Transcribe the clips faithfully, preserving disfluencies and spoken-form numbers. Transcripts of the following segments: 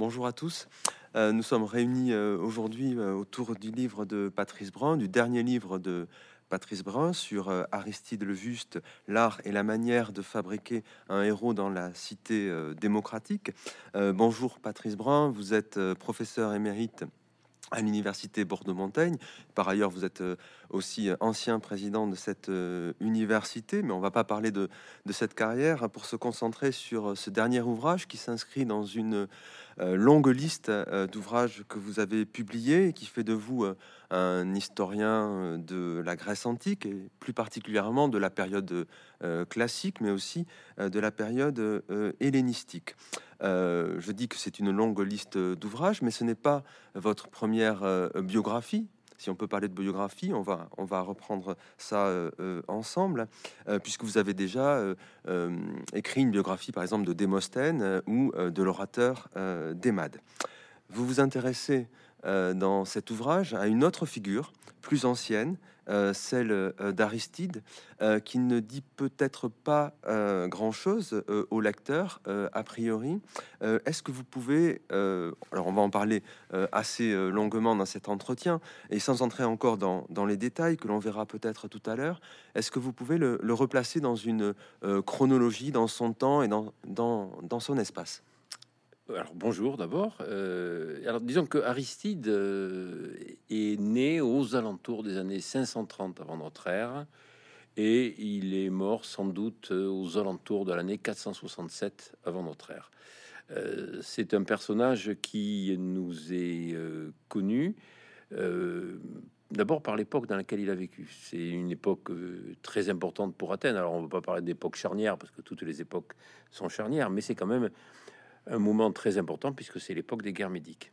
bonjour à tous. Euh, nous sommes réunis euh, aujourd'hui euh, autour du livre de Patrice Brun, du dernier livre de Patrice Brun sur euh, Aristide le Juste, l'art et la manière de fabriquer un héros dans la cité euh, démocratique. Euh, bonjour Patrice Brun, vous êtes euh, professeur émérite à l'université Bordeaux-Montaigne. Par ailleurs, vous êtes euh, aussi euh, ancien président de cette euh, université, mais on va pas parler de, de cette carrière hein, pour se concentrer sur euh, ce dernier ouvrage qui s'inscrit dans une euh, longue liste euh, d'ouvrages que vous avez publiés et qui fait de vous euh, un historien euh, de la Grèce antique et plus particulièrement de la période euh, classique, mais aussi euh, de la période euh, hellénistique. Euh, je dis que c'est une longue liste d'ouvrages, mais ce n'est pas votre première euh, biographie. Si on peut parler de biographie, on va, on va reprendre ça euh, euh, ensemble, euh, puisque vous avez déjà euh, euh, écrit une biographie, par exemple, de Démosthène euh, ou euh, de l'orateur euh, d'Émade. Vous vous intéressez euh, dans cet ouvrage à une autre figure, plus ancienne, euh, celle euh, d'Aristide, euh, qui ne dit peut-être pas euh, grand-chose euh, au lecteur, euh, a priori. Euh, Est-ce que vous pouvez, euh, alors on va en parler euh, assez euh, longuement dans cet entretien, et sans entrer encore dans, dans les détails que l'on verra peut-être tout à l'heure, est-ce que vous pouvez le, le replacer dans une euh, chronologie, dans son temps et dans, dans, dans son espace? Alors bonjour d'abord. Euh, alors disons que Aristide euh, est né aux alentours des années cinq cent trente avant notre ère et il est mort sans doute euh, aux alentours de l'année quatre cent soixante-sept avant notre ère. Euh, c'est un personnage qui nous est euh, connu euh, d'abord par l'époque dans laquelle il a vécu. C'est une époque euh, très importante pour Athènes. Alors on ne va pas parler d'époque charnière parce que toutes les époques sont charnières, mais c'est quand même un moment très important puisque c'est l'époque des guerres médiques.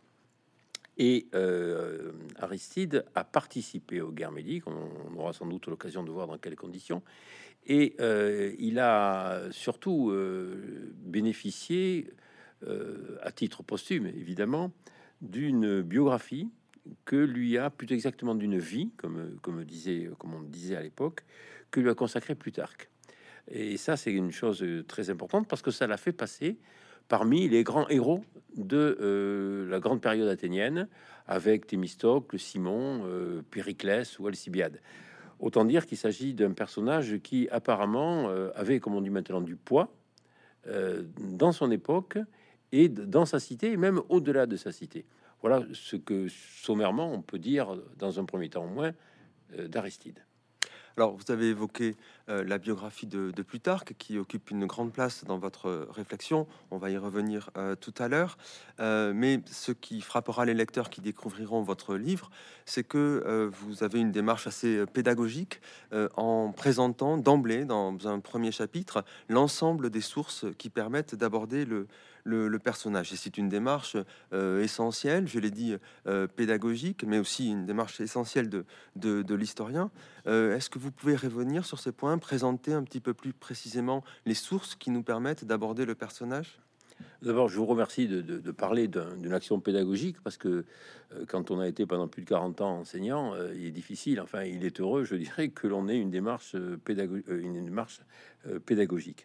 Et euh, Aristide a participé aux guerres médiques, on, on aura sans doute l'occasion de voir dans quelles conditions, et euh, il a surtout euh, bénéficié, euh, à titre posthume évidemment, d'une biographie que lui a, plutôt exactement d'une vie, comme, comme, disait, comme on disait à l'époque, que lui a consacré Plutarque. Et ça, c'est une chose très importante parce que ça l'a fait passer parmi les grands héros de euh, la grande période athénienne, avec Thémistocle, Cimon, euh, Périclès ou Alcibiade. Autant dire qu'il s'agit d'un personnage qui apparemment euh, avait, comme on dit maintenant, du poids euh, dans son époque et dans sa cité, et même au-delà de sa cité. Voilà ce que sommairement on peut dire, dans un premier temps au moins, euh, d'Aristide. Alors, vous avez évoqué euh, la biographie de, de Plutarque, qui occupe une grande place dans votre réflexion. On va y revenir euh, tout à l'heure. Euh, mais ce qui frappera les lecteurs qui découvriront votre livre, c'est que euh, vous avez une démarche assez pédagogique euh, en présentant d'emblée, dans un premier chapitre, l'ensemble des sources qui permettent d'aborder le, le, le personnage. Et c'est une démarche euh, essentielle, je l'ai dit, euh, pédagogique, mais aussi une démarche essentielle de, de, de l'historien. Euh, Est-ce que vous pouvez revenir sur ces points, présenter un petit peu plus précisément les sources qui nous permettent d'aborder le personnage? D'abord, je vous remercie de, de- de parler d'un- d'une action pédagogique parce que euh, quand on a été pendant plus de quarante ans enseignant, euh, il est difficile, enfin, il est heureux, je dirais, que l'on ait une démarche, euh, pédago- euh, une démarche euh, pédagogique.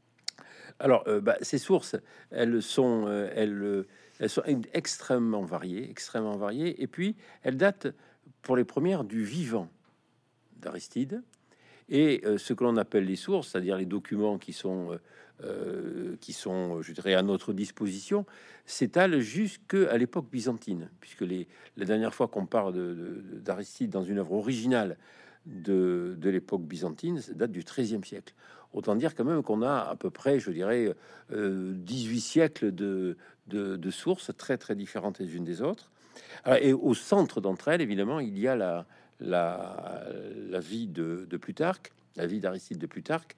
Alors, euh, bah, ces sources, elles sont, euh, elles, euh, elles sont extrêmement variées, extrêmement variées, et puis elles datent pour les premières du vivant d'Aristide. Et euh, ce que l'on appelle les sources, c'est-à-dire les documents qui sont, euh, euh, qui sont, je dirais, à notre disposition, s'étalent jusqu'à l'époque byzantine, puisque les, la dernière fois qu'on parle de- de- d'Aristide dans une œuvre originale de, de l'époque byzantine, ça date du treizième siècle. Autant dire quand même qu'on a à peu près, je dirais, euh, dix-huit siècles de, de, de sources très très différentes les unes des autres. Alors, et au centre d'entre elles, évidemment, il y a la, la, la vie de, de Plutarque, la vie d'Aristide de Plutarque,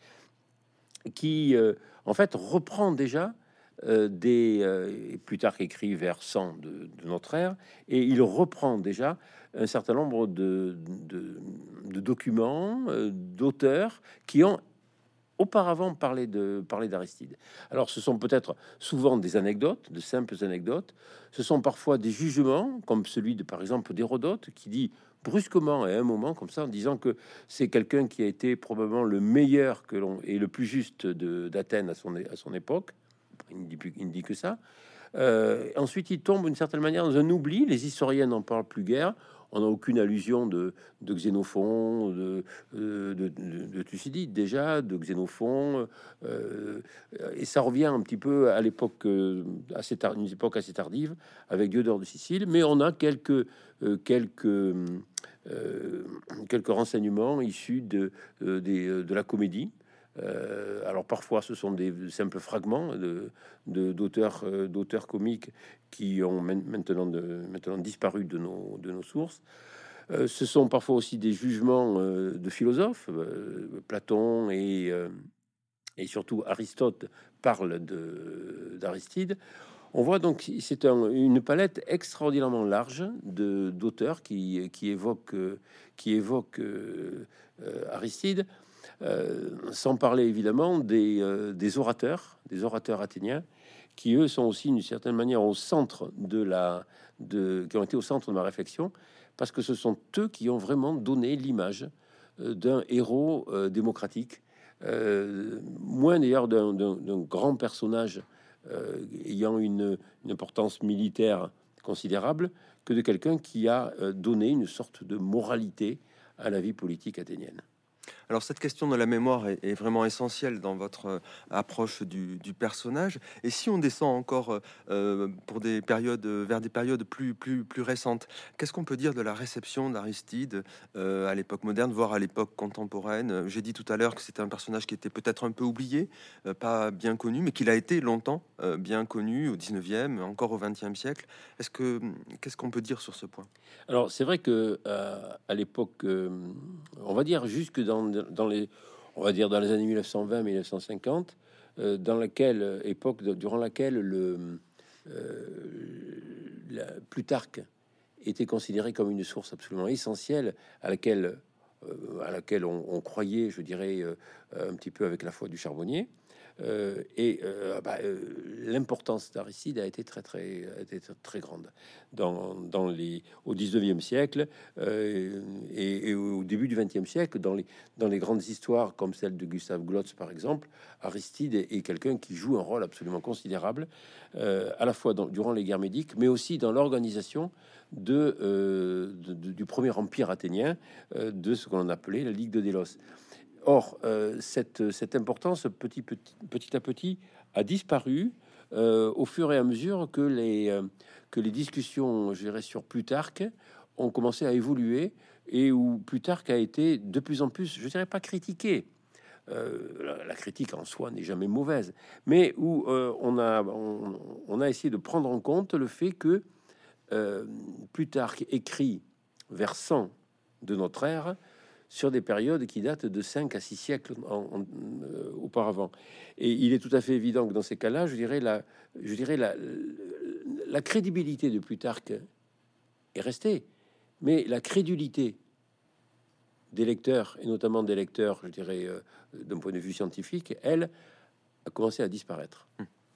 qui euh, en fait reprend déjà euh, des euh, Plutarque écrit vers cent de, de notre ère, et il reprend déjà un certain nombre de, de, de documents, euh, d'auteurs qui ont auparavant parler de parler d'Aristide. Alors, ce sont peut-être souvent des anecdotes, de simples anecdotes. Ce sont parfois des jugements, comme celui de, par exemple, d'Hérodote, qui dit brusquement à un moment comme ça, en disant que c'est quelqu'un qui a été probablement le meilleur que l'on et le plus juste de d'Athènes à son à son époque. Il ne dit plus, il ne dit que ça. Euh, ensuite, il tombe d'une certaine manière dans un oubli. Les historiens n'en parlent plus guère. On n'a aucune allusion de, de Xénophon, de, de, de, de Thucydide déjà, de Xénophon, euh, et ça revient un petit peu à l'époque euh, assez tard, une époque assez tardive, avec Diodore de Sicile. Mais on a quelques euh, quelques euh, quelques renseignements issus de euh, des, de la comédie. Euh, alors parfois, ce sont des simples fragments de de- d'auteurs euh, d'auteurs comiques qui ont main- maintenant de, maintenant disparu de nos de nos sources. Euh, ce sont parfois aussi des jugements euh, de philosophes. Euh, Platon et euh, et surtout Aristote parlent de d'Aristide. On voit donc c'est un- une palette extraordinairement large de d'auteurs qui qui évoquent euh, qui évoquent euh, euh, Aristide. Euh, sans parler évidemment des, euh, des orateurs, des orateurs athéniens, qui eux sont aussi d'une certaine manière au centre de la, de, qui ont été au centre de ma réflexion, parce que ce sont eux qui ont vraiment donné l'image euh, d'un héros euh, démocratique, euh, moins d'ailleurs d'un d'un- d'un grand personnage euh, ayant une, une importance militaire considérable, que de quelqu'un qui a euh, donné une sorte de moralité à la vie politique athénienne. Alors cette question de la mémoire est, est vraiment essentielle dans votre euh, approche du, du personnage. Et si on descend encore euh, pour des périodes, euh, vers des périodes plus, plus, plus récentes, qu'est-ce qu'on peut dire de la réception d'Aristide euh, à l'époque moderne, voire à l'époque contemporaine? J'ai dit tout à l'heure que c'était un personnage qui était peut-être un peu oublié, euh, pas bien connu, mais qu'il a été longtemps euh, bien connu au dix-neuvième, encore au vingtième siècle. Est-ce que qu'est-ce qu'on peut dire sur ce point? Alors, c'est vrai que euh, à l'époque, euh, on va dire jusque dans, dans les, on va dire dans les années mille neuf cent vingt mille neuf cent cinquante, euh, dans laquelle époque de- durant laquelle le euh, la- Plutarque était considéré comme une source absolument essentielle à laquelle euh, à laquelle on, on croyait, je dirais, euh, un petit peu avec la foi du charbonnier. Euh, et euh, bah, euh, l'importance d'Aristide a été très très, a été très, très grande dans, dans les, au dix-neuvième siècle euh, et, et au début du vingtième siècle, dans les, dans les grandes histoires comme celle de Gustave Glotz par exemple. Aristide est, est quelqu'un qui joue un rôle absolument considérable euh, à la fois dans, durant les guerres médiques, mais aussi dans l'organisation de, euh, de- de- du premier empire athénien, euh, de ce qu'on appelait la Ligue de Délos. Or, euh, cette, cette importance, petit, petit, petit à petit, a disparu euh, au fur et à mesure que les, euh, que les discussions, je dirais, sur Plutarque ont commencé à évoluer et où Plutarque a été de plus en plus, je dirais pas critiqué. Euh, la, la critique en soi n'est jamais mauvaise, mais où euh, on, a, on, on a essayé de prendre en compte le fait que euh, Plutarque écrit vers cent de notre ère sur des périodes qui datent de cinq à six siècles en- en- euh, auparavant. Et il est tout à fait évident que dans ces cas-là, je dirais la, je dirais la, la crédibilité de Plutarque est restée, mais la crédulité des lecteurs, et notamment des lecteurs, je dirais, euh, d'un point de vue scientifique, elle a commencé à disparaître.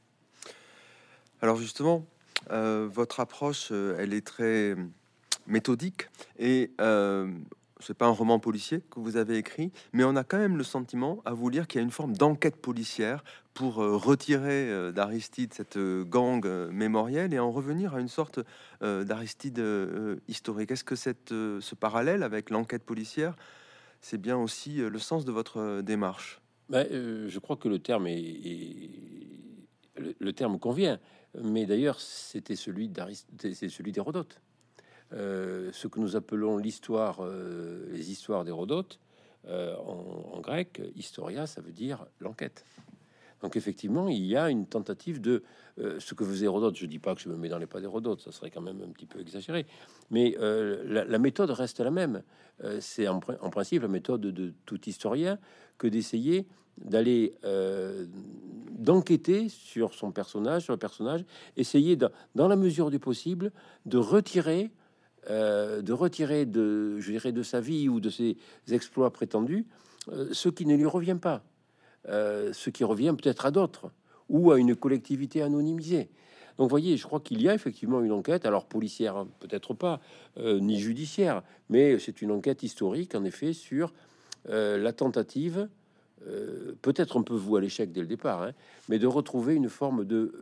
Alors justement, euh, votre approche, euh, elle est très méthodique et euh, c'est pas un roman policier que vous avez écrit, mais on a quand même le sentiment à vous lire qu'il y a une forme d'enquête policière pour euh, retirer euh, d'Aristide cette euh, gang euh, mémorielle et en revenir à une sorte euh, d'Aristide euh, historique. Est-ce que cette, euh, ce parallèle avec l'enquête policière, c'est bien aussi euh, le sens de votre euh, démarche? Ben, euh, je crois que le terme est, est- le, le terme convient, mais d'ailleurs c'était celui d'Aristote, c'est celui d'Hérodote. Euh, ce que nous appelons l'histoire, euh, les histoires d'Hérodote, euh, en, en grec, historia, ça veut dire l'enquête. Donc effectivement, il y a une tentative de euh, ce que faisait Hérodote. Je dis pas que je me mets dans les pas d'Hérodote, ça serait quand même un petit peu exagéré. Mais euh, la, la méthode reste la même. Euh, c'est en, pr- en principe la méthode de tout historien que d'essayer d'aller euh, d'enquêter sur son personnage, sur le personnage, essayer de- dans la mesure du possible de retirer, euh, de retirer de, je dirais, de sa vie ou de ses exploits prétendus, euh, ce qui ne lui revient pas. Euh, ce qui revient peut-être à d'autres ou à une collectivité anonymisée. Donc, vous voyez, je crois qu'il y a effectivement une enquête, alors policière, hein, peut-être pas, euh, ni judiciaire, mais c'est une enquête historique, en effet, sur euh, la tentative, euh, peut-être un peu vouée à l'échec dès le départ, hein, mais de retrouver une forme de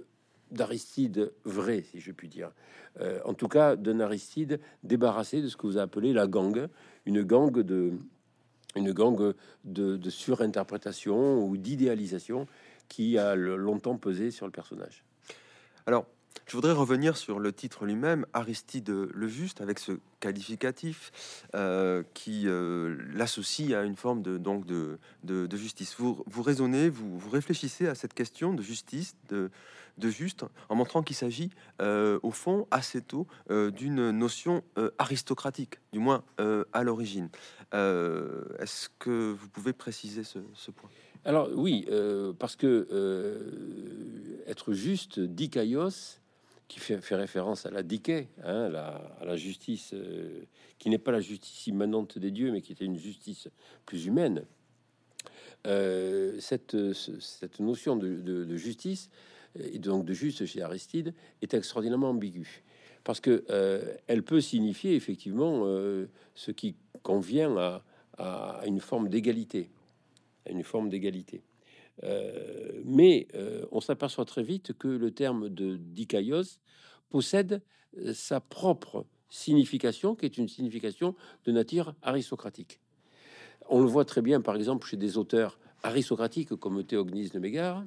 d'Aristide vrai, si je puis dire. Euh, en tout cas, d'un Aristide débarrassé de ce que vous appelez la gangue, une gangue de, une gangue de, de surinterprétation ou d'idéalisation qui a le- longtemps pesé sur le personnage. Alors, je voudrais revenir sur le titre lui-même, Aristide le Juste, avec ce qualificatif euh, qui euh, l'associe à une forme de, donc de, de, de justice. Vous, vous raisonnez, vous, vous réfléchissez à cette question de justice, de, de juste, en montrant qu'il s'agit, euh, au fond, assez tôt, euh, d'une notion euh, aristocratique, du moins euh, à l'origine. Euh, Est-ce que vous pouvez préciser ce, ce point? Alors oui, euh, parce que euh, être juste, dikaios, qui fait, fait référence à la dike, hein, la, à la justice, euh, qui n'est pas la justice immanente des dieux, mais qui était une justice plus humaine. Euh, cette, ce- cette notion de, de- de justice, et donc de juste chez Aristide, est extraordinairement ambiguë. Parce que euh, elle peut signifier effectivement euh, ce qui convient à, à une forme d'égalité, à une forme d'égalité. Euh, mais euh, on s'aperçoit très vite que le terme de dikaios possède euh, sa propre signification, qui est une signification de nature aristocratique. On le voit très bien, par exemple, chez des auteurs aristocratiques comme Théognis de Mégare,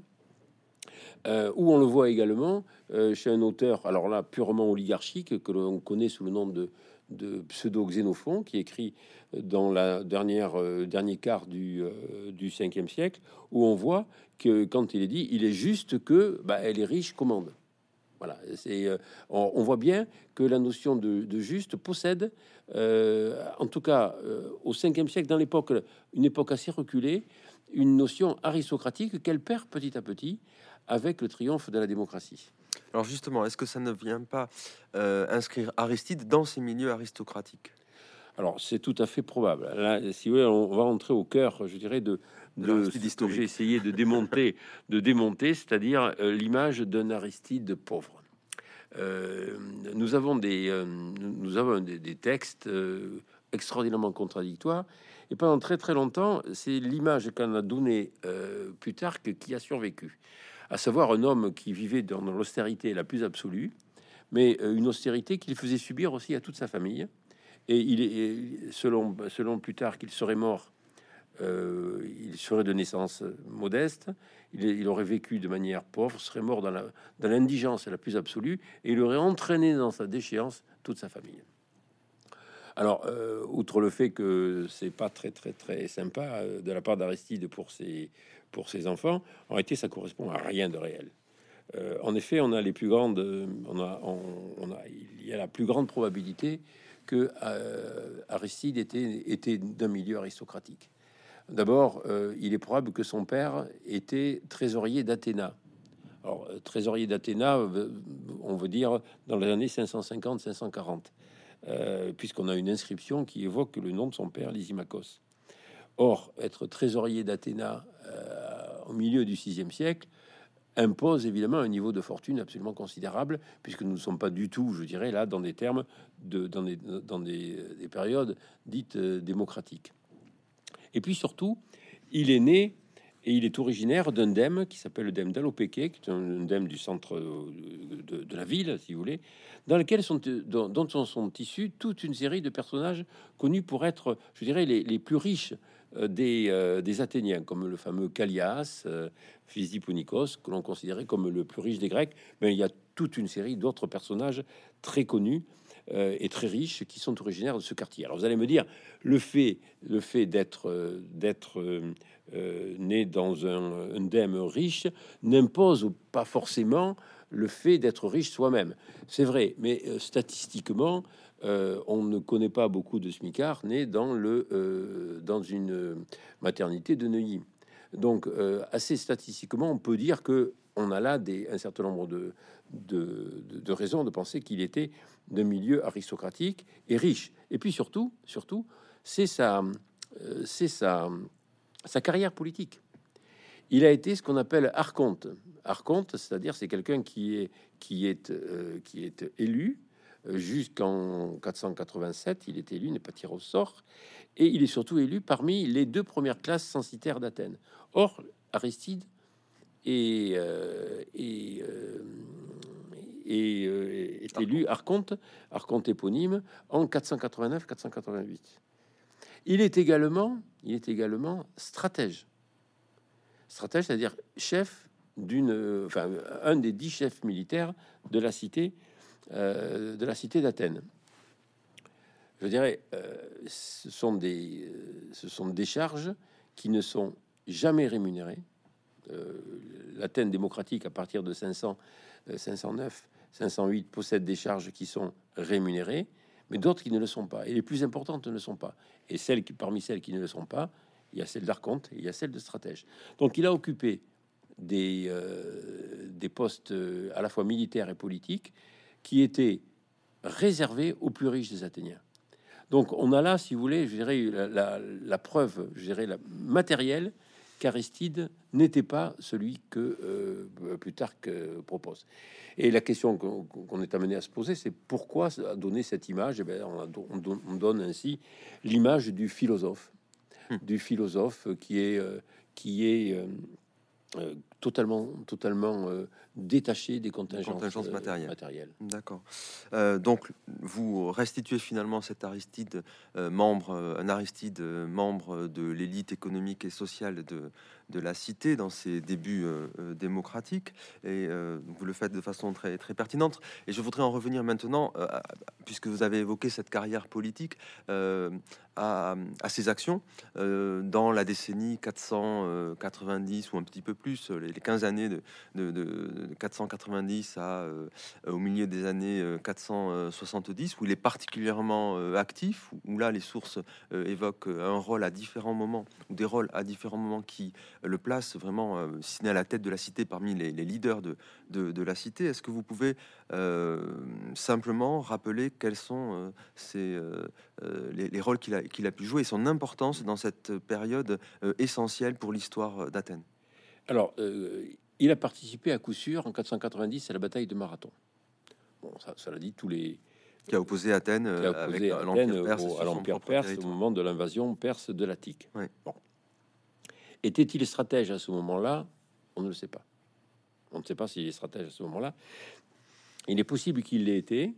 euh, où on le voit également euh, chez un auteur, alors là, purement oligarchique, que l'on connaît sous le nom de, de pseudo-Xénophon, qui écrit dans la dernière euh, dernier quart du, euh, du cinquième siècle, où on voit que quand il est dit, il est juste que bah, elle est riche commande. Voilà, c'est, euh, on, on voit bien que la notion de, de juste possède, euh, en tout cas euh, au cinquième siècle, dans l'époque, une époque assez reculée, une notion aristocratique qu'elle perd petit à petit avec le triomphe de la démocratie. Alors justement, est-ce que ça ne vient pas euh, inscrire Aristide dans ces milieux aristocratiques Alors c'est tout à fait probable. Là, si vous voulez, on va entrer au cœur, je dirais, de, de de l'Aristide ce que j'ai historique? essayé de démonter, de démonter, c'est-à-dire euh, l'image d'un Aristide pauvre. Euh, nous avons des, euh, nous avons des, des textes euh, extraordinairement contradictoires. Et pendant très très longtemps, c'est l'image qu'en a donnée euh, Plutarque qui a survécu, à savoir un homme qui vivait dans, dans l'austérité la plus absolue, mais euh, une austérité qu'il faisait subir aussi à toute sa famille. Et il est, selon, selon Plutarque, il serait mort. Euh, il serait de naissance modeste, il, est- il aurait vécu de manière pauvre, serait mort dans la, dans l'indigence la plus absolue, et il aurait entraîné dans sa déchéance toute sa famille. Alors, euh, outre le fait que c'est pas très très très sympa euh, de la part d'Aristide pour ses pour ses enfants, en réalité, ça correspond à rien de réel. Euh, en effet, on a les plus grandes, on a, on, on a, il y a la plus grande probabilité que euh, Aristide était était d'un milieu aristocratique. D'abord, euh, il est probable que son père était trésorier d'Athéna. Alors, euh, trésorier d'Athéna, euh, on veut dire dans les années cinq cent cinquante cinq cent quarante, euh, puisqu'on a une inscription qui évoque le nom de son père, Lysimachos. Or, être trésorier d'Athéna euh, au milieu du sixième siècle impose évidemment un niveau de fortune absolument considérable, puisque nous ne sommes pas du tout, je dirais, là, dans des termes, de, dans, des, dans des, des périodes dites euh, démocratiques. Et puis surtout, il est né et il est originaire d'un dème qui s'appelle le dème d'Alopéke, qui est un dème du centre euh, de, de la ville, si vous voulez, dans lequel sont, dont, dont sont, sont issus toute une série de personnages connus pour être, je dirais, les, les plus riches euh, des, euh, des Athéniens, comme le fameux Callias, euh, fils d'Hipponikos, que l'on considérait comme le plus riche des Grecs. Mais il y a toute une série d'autres personnages très connus euh, et très riches qui sont originaires de ce quartier. Alors vous allez me dire, le fait, le fait d'être euh, d'être euh, euh, né dans un, un dème riche n'impose pas forcément le fait d'être riche soi-même. C'est vrai, mais euh, statistiquement, euh, on ne connaît pas beaucoup de smicards nés dans le euh, dans une maternité de Neuilly. Donc, euh, assez statistiquement, on peut dire que on a là des, un certain nombre de, de, de, de raisons de penser qu'il était de milieu aristocratique et riche. Et puis surtout, surtout, c'est sa, euh, c'est sa, sa carrière politique. Il a été ce qu'on appelle archonte. Archonte, c'est-à-dire c'est quelqu'un qui est qui est euh, qui est élu euh, jusqu'en quatre cent quatre-vingt-sept. Il est élu, n'est pas tiré au sort, et il est surtout élu parmi les deux premières classes censitaires d'Athènes. Or, Aristide et, euh, et, euh, et, euh, est élu archonte, archonte éponyme en quatre cent quatre-vingt-neuf quatre cent quatre-vingt-huit. Il est également, il est également stratège. Stratège, c'est-à-dire chef d'une, euh, enfin, un des dix chefs militaires de la cité, euh, de la cité d'Athènes. Je dirais, euh, ce sont des, euh, ce sont des charges qui ne sont jamais rémunérées. Euh, L'Athènes démocratique, à partir de cinq cents, euh, cinq cent neuf, cinq cent huit, possède des charges qui sont rémunérées, mais d'autres qui ne le sont pas. Et les plus importantes ne le sont pas. Et celles qui, parmi celles qui ne le sont pas, il y a celle d'archonte et il y a celle de stratège. Donc, il a occupé des, euh, des postes euh, à la fois militaires et politiques qui étaient réservés aux plus riches des Athéniens. Donc, on a là, si vous voulez, je dirais, la, la, la preuve, je dirais, la matérielle qu'Aristide n'était pas celui que euh, Plutarque euh, propose. Et la question qu'on qu'on est amené à se poser, c'est pourquoi donner cette image? Eh bien, on, a, on, donne, on donne ainsi l'image du philosophe, Hmm. du philosophe qui est, euh, qui est euh, euh, totalement, totalement euh, détaché des contingences, contingences euh, matérielles. matérielles. D'accord. Euh, donc, vous restituez finalement cet Aristide, euh, membre, euh, un Aristide, euh, membre de l'élite économique et sociale de, de la cité dans ses débuts euh, euh, démocratiques, et euh, vous le faites de façon très, très pertinente. Et je voudrais en revenir maintenant, euh, à- puisque vous avez évoqué cette carrière politique, euh, à, à ses actions euh, dans la décennie quatre cent quatre-vingt-dix ou un petit peu plus, les, les quinze années de, de, de, de quatre cent quatre-vingt-dix à euh, au milieu des années euh, quatre cent soixante-dix, où il est particulièrement euh, actif, où, où là les sources euh, évoquent euh, un rôle à différents moments, ou des rôles à différents moments qui euh, le placent vraiment, euh, si n'est à la tête de la cité, parmi les, les leaders de, de, de la cité. Est-ce que vous pouvez euh, simplement rappeler quels sont euh, ces, euh, euh, les, les rôles qu'il a, qu'il a pu jouer et son importance dans cette période euh, essentielle pour l'histoire d'Athènes? Alors, euh, il a participé à coup sûr en quatre cent quatre-vingt-dix à la bataille de Marathon. Bon, ça, ça l'a dit, tous les Qui a opposé Athènes qui euh, a avec opposé Athènes l'Empire perse au, à sur son l'Empire propre perse au territoire. moment de l'invasion perse de l'Attique. Ouais. Bon. Était-il stratège à ce moment-là? On ne le sait pas. On ne sait pas s'il est stratège à ce moment-là. Il est possible qu'il l'ait été,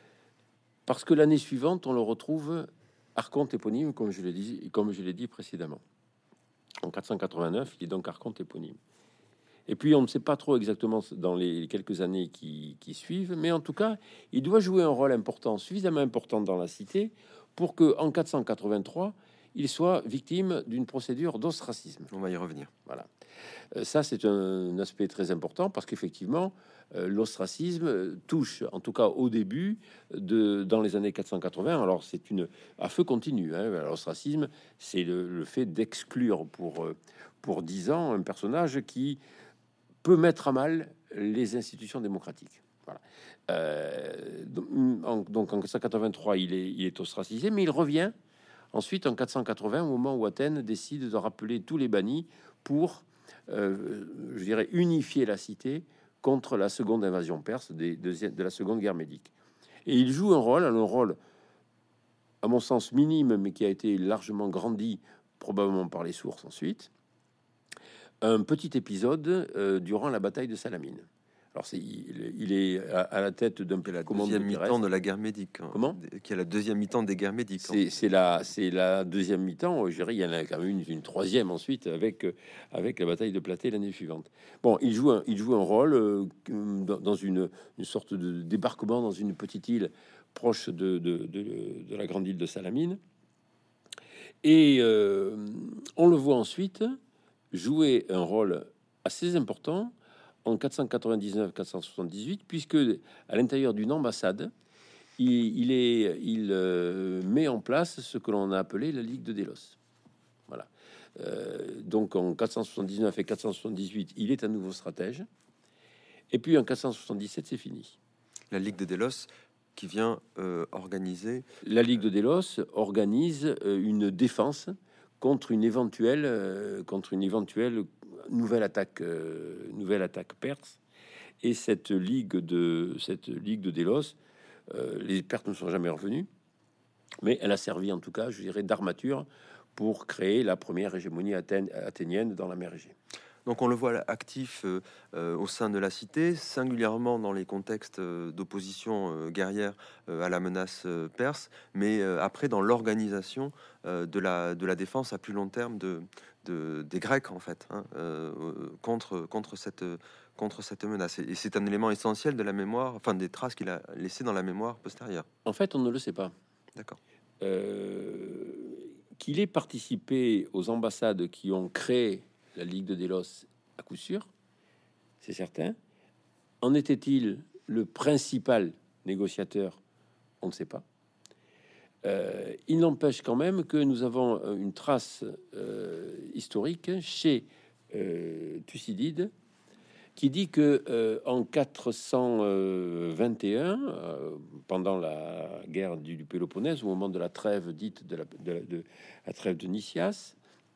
parce que l'année suivante, on le retrouve archonte éponyme, comme je l'ai dit, comme je l'ai dit précédemment. En quatre cent quatre-vingt-neuf, il est donc archonte éponyme. Et puis, on ne sait pas trop exactement dans les quelques années qui, qui suivent, mais en tout cas, il doit jouer un rôle important, suffisamment important dans la cité, pour que en quatre cent quatre-vingt-trois, il soit victime d'une procédure d'ostracisme. On va y revenir. Voilà. Euh, ça, c'est un, un aspect très important parce qu'effectivement, euh, l'ostracisme touche, en tout cas au début, de, dans les années quatre cent quatre-vingts. Alors, c'est une à feu continu. Hein, l'ostracisme, c'est le, le fait d'exclure pour euh, pour dix ans un personnage qui peut mettre à mal les institutions démocratiques. Voilà. Euh, donc, en, donc en quatre cent quatre-vingt-trois, il est, il est ostracisé, mais il revient ensuite en quatre cent quatre-vingts, au moment où Athènes décide de rappeler tous les bannis pour, euh, je dirais, unifier la cité contre la seconde invasion perse des, de, de la seconde guerre médique. Et il joue un rôle, un rôle, à mon sens, minime, mais qui a été largement grandi, probablement par les sources ensuite, un petit épisode euh, durant la bataille de Salamine. Alors, c'est, il, il est à, à la tête d'un Qui est la commando deuxième mi-temps terrestre. de la guerre médique. Hein. Comment Qui est la deuxième mi-temps des guerres médiques. C'est, hein. c'est la, c'est la deuxième mi-temps. Je dirais, il y en a quand même une, une troisième ensuite avec, euh, avec la bataille de Platée l'année suivante. Bon, il joue un, il joue un rôle euh, dans, dans une, une sorte de débarquement dans une petite île proche de, de, de, de la grande île de Salamine. Et euh, on le voit ensuite jouer un rôle assez important en quatre cent quatre-vingt-dix-neuf quatre cent soixante-dix-huit, puisque à l'intérieur d'une ambassade, il, il, est, il euh, met en place ce que l'on a appelé la Ligue de Délos. Voilà. Euh, donc en quatre cent soixante-dix-neuf et quatre cent soixante-dix-huit, il est un nouveau stratège. Et puis en quatre cent soixante-dix-sept, c'est fini. La Ligue de Délos qui vient euh, organiser. La Ligue de Délos organise euh, une défense contre une éventuelle, euh, contre une éventuelle nouvelle attaque, euh, nouvelle attaque perse. Et cette ligue de cette ligue de Délos, euh, les pertes ne sont jamais revenues, mais elle a servi en tout cas, je dirais, d'armature pour créer la première hégémonie athén- athénienne dans la mer Égée. Donc on le voit actif euh, euh, au sein de la cité, singulièrement dans les contextes euh, d'opposition euh, guerrière euh, à la menace euh, perse, mais euh, après dans l'organisation euh, de, la, de la défense à plus long terme de, de- des Grecs en fait, hein, euh, contre, contre, cette, contre cette menace. Et c'est un élément essentiel de la mémoire, enfin des traces qu'il a laissées dans la mémoire postérieure. En fait, on ne le sait pas. D'accord. Euh, qu'il ait participé aux ambassades qui ont créé la Ligue de Délos, à coup sûr, c'est certain. En était-il le principal négociateur? On ne sait pas. Euh, il n'empêche quand même que nous avons une trace euh, historique chez euh, Thucydide qui dit que euh, en quatre cent vingt et un, euh, pendant la guerre du, du Péloponnèse, au moment de la trêve dite de la, de la, de la trêve de Nicias,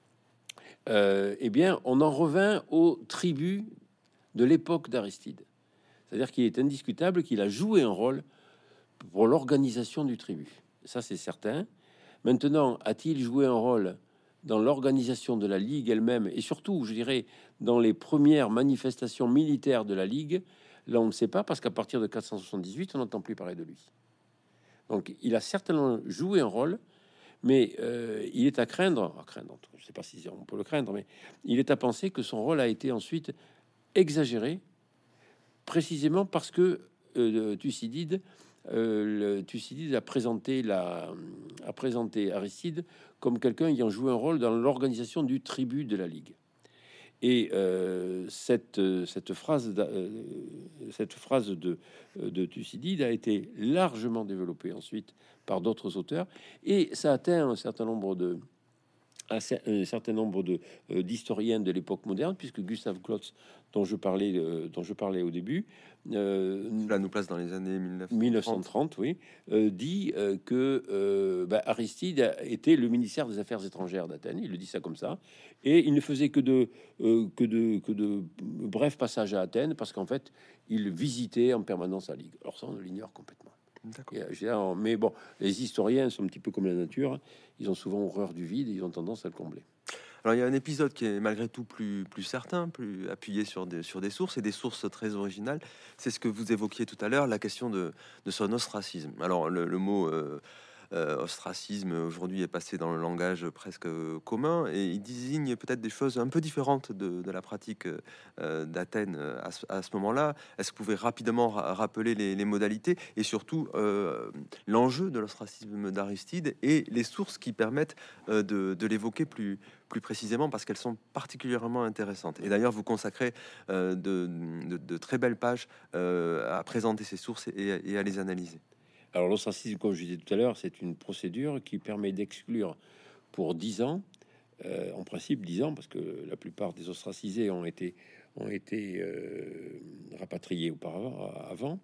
euh, eh bien, on en revint aux tribus de l'époque d'Aristide. C'est-à-dire qu'il est indiscutable qu'il a joué un rôle pour l'organisation du tribut. Ça, c'est certain. Maintenant, a-t-il joué un rôle dans l'organisation de la Ligue elle-même, et surtout, je dirais, dans les premières manifestations militaires de la Ligue? Là, on ne sait pas, parce qu'à partir de quatre cent soixante-dix-huit, on n'entend plus parler de lui. Donc, il a certainement joué un rôle, mais euh, il est à craindre, à craindre, je ne sais pas si on peut le craindre, mais il est à penser que son rôle a été ensuite exagéré, précisément parce que euh, Thucydide Euh, le Thucydide a présenté la a présenté Aristide comme quelqu'un ayant joué un rôle dans l'organisation du tribut de la Ligue. Et euh, cette cette phrase euh, cette phrase de de Thucydide a été largement développée ensuite par d'autres auteurs, et ça atteint un certain nombre de un certain nombre de euh, d'historiens de l'époque moderne, puisque Gustave Klotz, dont je parlais euh, dont je parlais au début, euh, Là nous place dans les années mille neuf cent trente, oui, euh, dit euh, que euh, bah, Aristide était le ministère des Affaires étrangères d'Athènes. Il le dit ça comme ça, et il ne faisait que de euh, que de que de brefs passages à Athènes, parce qu'en fait, il visitait en permanence la Ligue. Alors ça, on l'ignore complètement. D'accord. Et, euh, mais bon, les historiens sont un petit peu comme la nature. Ils ont souvent horreur du vide et ils ont tendance à le combler. Alors il y a un épisode qui est malgré tout plus, plus certain, plus appuyé sur des, sur des sources, et des sources très originales. C'est ce que vous évoquiez tout à l'heure, la question de, de son ostracisme. Alors le, le mot euh, euh, ostracisme aujourd'hui est passé dans le langage presque euh, commun, et il désigne peut-être des choses un peu différentes de, de la pratique euh, d'Athènes à ce, à ce moment-là. Est-ce que vous pouvez rapidement ra- rappeler les, les modalités et surtout euh, l'enjeu de l'ostracisme d'Aristide et les sources qui permettent euh, de, de l'évoquer plus plus précisément, parce qu'elles sont particulièrement intéressantes. Et d'ailleurs, vous consacrez euh, de, de, de très belles pages euh, à présenter ces sources et, et à les analyser. Alors l'ostracisme, comme je disais tout à l'heure, c'est une procédure qui permet d'exclure pour dix ans, euh, en principe dix ans, parce que la plupart des ostracisés ont été, ont été euh, rapatriés auparavant, avant,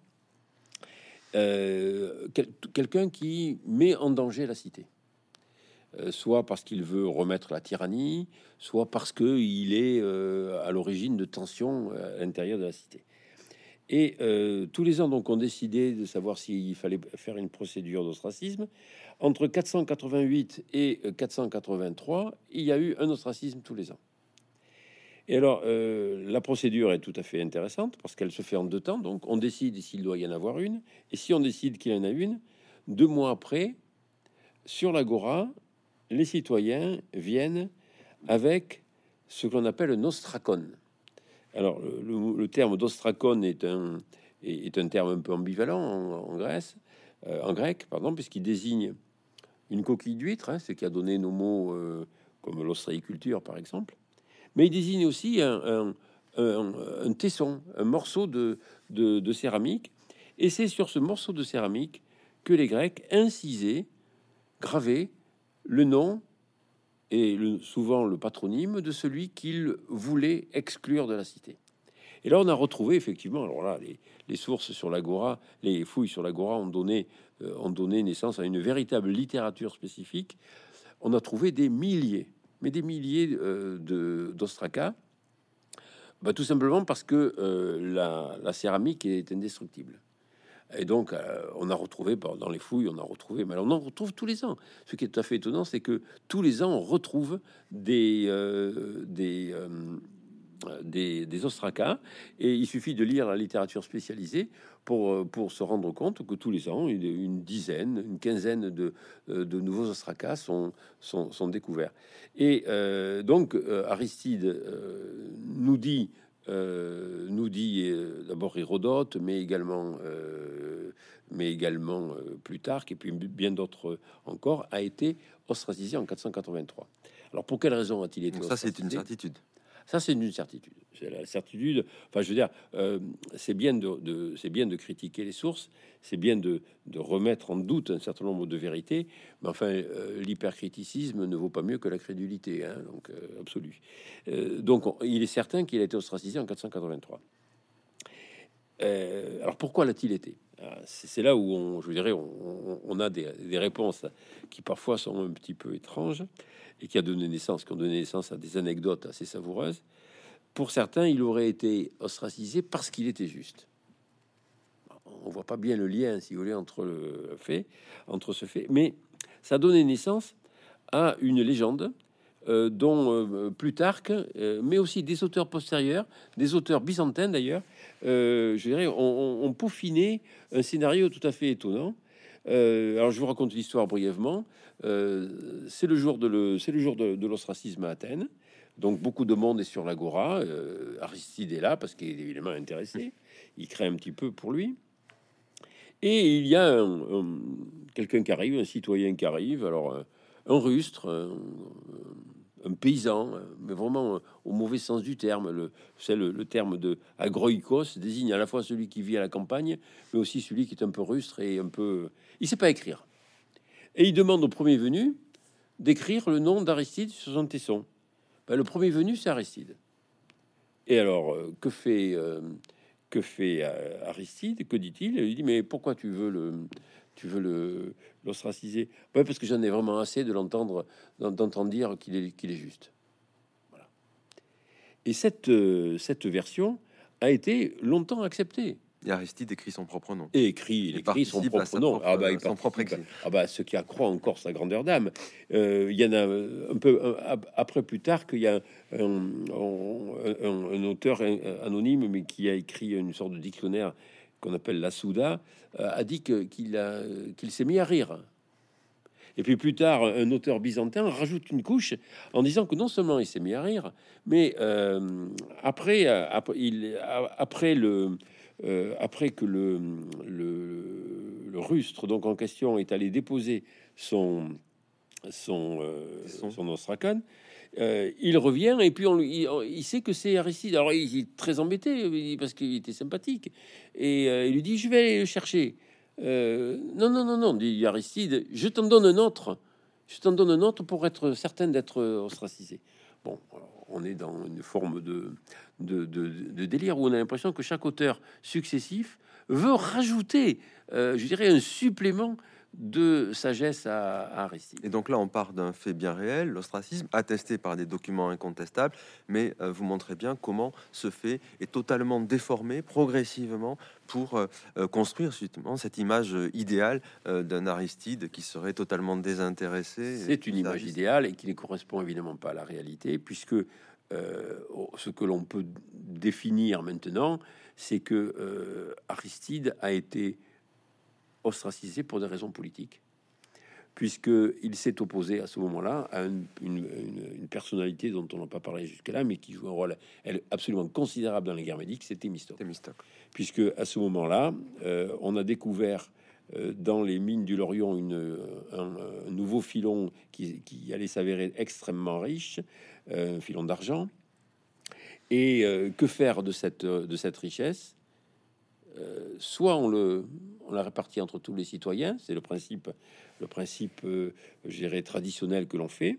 euh, quel, quelqu'un qui met en danger la cité. Euh, soit parce qu'il veut remettre la tyrannie, soit parce qu'il est euh, à l'origine de tensions à l'intérieur de la cité. Et euh, tous les ans, donc, on décidait de savoir s'il fallait faire une procédure d'ostracisme. Entre quatre cent quatre-vingt-huit et quatre cent quatre-vingt-trois, il y a eu un ostracisme tous les ans. Et alors, euh, la procédure est tout à fait intéressante parce qu'elle se fait en deux temps. Donc, on décide s'il doit y en avoir une. Et si on décide qu'il y en a une, deux mois après, sur l'agora, les citoyens viennent avec ce qu'on appelle un ostracon. Alors, le, le, le terme d'ostracon est un, est, est un terme un peu ambivalent en, en Grèce, euh, en grec, pardon, puisqu'il désigne une coquille d'huître, hein, ce qui a donné nos mots euh, comme l'ostréiculture, par exemple. Mais il désigne aussi un, un, un, un tesson, un morceau de, de, de céramique. Et c'est sur ce morceau de céramique que les Grecs incisaient, gravaient le nom et le, souvent le patronyme de celui qu'ils voulaient exclure de la cité. Et là, on a retrouvé effectivement, alors là, les, les sources sur l'agora, les fouilles sur l'agora ont donné, euh, ont donné naissance à une véritable littérature spécifique. On a trouvé des milliers, mais des milliers euh, de d'ostracas, bah, tout simplement parce que euh, la, la céramique est indestructible. Et donc, euh, on a retrouvé, bon, dans les fouilles, on a retrouvé, mais alors on en retrouve tous les ans. Ce qui est tout à fait étonnant, c'est que tous les ans, on retrouve des, euh, des, euh, des, des ostracas, et il suffit de lire la littérature spécialisée pour, pour se rendre compte que tous les ans, une, une dizaine, une quinzaine de, de nouveaux ostracas sont, sont, sont découverts. Et euh, donc, euh, Aristide euh, nous dit, euh, nous dit euh, d'abord Hérodote, mais également, euh, mais également euh, Plutarque, et puis bien d'autres encore, a été ostracisé en quatre cent quatre-vingt-trois. Alors, pour quelle raison a-t-il été Donc ça, ostracisé? c'est une certitude. Ça, c'est une certitude. C'est la certitude. Enfin, je veux dire, euh, c'est bien de, de c'est bien de critiquer les sources, c'est bien de, de remettre en doute un certain nombre de vérités, mais enfin, euh, l'hypercriticisme ne vaut pas mieux que la crédulité, hein, donc euh, absolue. Euh, donc, on- il est certain qu'il a été ostracisé en quatre cent quatre-vingt-trois. Euh, alors, pourquoi l'a-t-il été? Ah, C'est c'est là où on, je dirais, on, on- on a des, des réponses qui parfois sont un petit peu étranges et qui a donné naissance, qui ont donné naissance à des anecdotes assez savoureuses. Pour certains, il aurait été ostracisé parce qu'il était juste. On voit pas bien le lien, si vous voulez, entre le fait, entre ce fait, mais ça a donné naissance à une légende euh, dont euh, Plutarque, euh, mais aussi des auteurs postérieurs, des auteurs byzantins d'ailleurs, euh, je dirais, ont, ont- ont peaufiné un scénario tout à fait étonnant. Euh, alors je vous raconte l'histoire brièvement. Euh, c'est le jour de le, c'est le jour de, de l'ostracisme à Athènes. Donc beaucoup de monde est sur l'agora. Euh, Aristide est là parce qu'il est évidemment intéressé. Il crée un petit peu pour lui. Et il y a un, un- quelqu'un qui arrive, un citoyen qui arrive. Alors un, un rustre, un, un paysan, mais vraiment euh, au mauvais sens du terme. Le, c'est le, le terme de agroïkos désigne à la fois celui qui vit à la campagne, mais aussi celui qui est un peu rustre et un peu. Il sait pas écrire. Et il demande au premier venu d'écrire le nom d'Aristide sur son tesson. Ben, le premier venu, c'est Aristide. Et alors, euh, que fait, euh, que fait euh, Aristide? Que dit-il? Il dit, mais pourquoi tu veux le, tu veux le l'ostraciser? Ouais, parce que j'en ai vraiment assez de l'entendre, d'en- d'entendre dire qu'il est, qu'il est juste. Voilà. Et cette, euh, cette version a été longtemps acceptée. Et Aristide écrit son propre nom. Et écrit, il Il écrit son participe à propre sa nom. propre- Ah bah, il son propre participe. exil. Ah bah, ce qui accroît encore sa grandeur d'âme. Euh, Il y en a un peu un- après plus tard qu'il y a un, un- un- un auteur anonyme, mais qui a écrit une sorte de dictionnaire qu'on appelle la Souda, euh, a dit que- qu'il a qu'il s'est mis à rire. Et puis plus tard, un auteur byzantin rajoute une couche en disant que non seulement il s'est mis à rire, mais euh, après, euh, après, il, a- après le, euh, après que le, le, le rustre donc en question est allé déposer son son euh, Son. son ostracon, euh, il revient et puis on, lui- il, il sait que c'est Aristide. Alors il est très embêté parce qu'il était sympathique et euh, il lui dit je vais aller le chercher. Euh, non, non, non, non, dit Aristide, je t'en donne un autre. Je t'en donne un autre pour être certain d'être ostracisé. Bon, alors, on est dans une forme de, de, de- de délire où on a l'impression que chaque auteur successif veut rajouter, euh, je dirais, un supplément de sagesse à, à Aristide. Et donc là, on part d'un fait bien réel, l'ostracisme, attesté par des documents incontestables, mais euh, vous montrez bien comment ce fait est totalement déformé progressivement pour euh, euh, construire justement cette image euh, idéale euh, d'un Aristide qui serait totalement désintéressé. C'est une et image service. idéale et qui ne correspond évidemment pas à la réalité, puisque euh, ce que l'on peut définir maintenant, c'est que euh, Aristide a été ostracisé pour des raisons politiques, puisqu'il s'est opposé à ce moment-là à une, une- une- une personnalité dont on n'a pas parlé jusque-là, mais qui joue un rôle elle, absolument considérable dans les guerres médiques, c'était Thémistocle. Thémistocle. Puisque à ce moment-là, euh, on a découvert euh, dans les mines du Lorion une, un, un nouveau filon qui, qui allait s'avérer extrêmement riche, euh, un filon d'argent. Et euh, que faire de cette, de cette richesse? Euh, soit on le on la répartit entre tous les citoyens, c'est le principe le principe euh, je dirais traditionnel que l'on fait,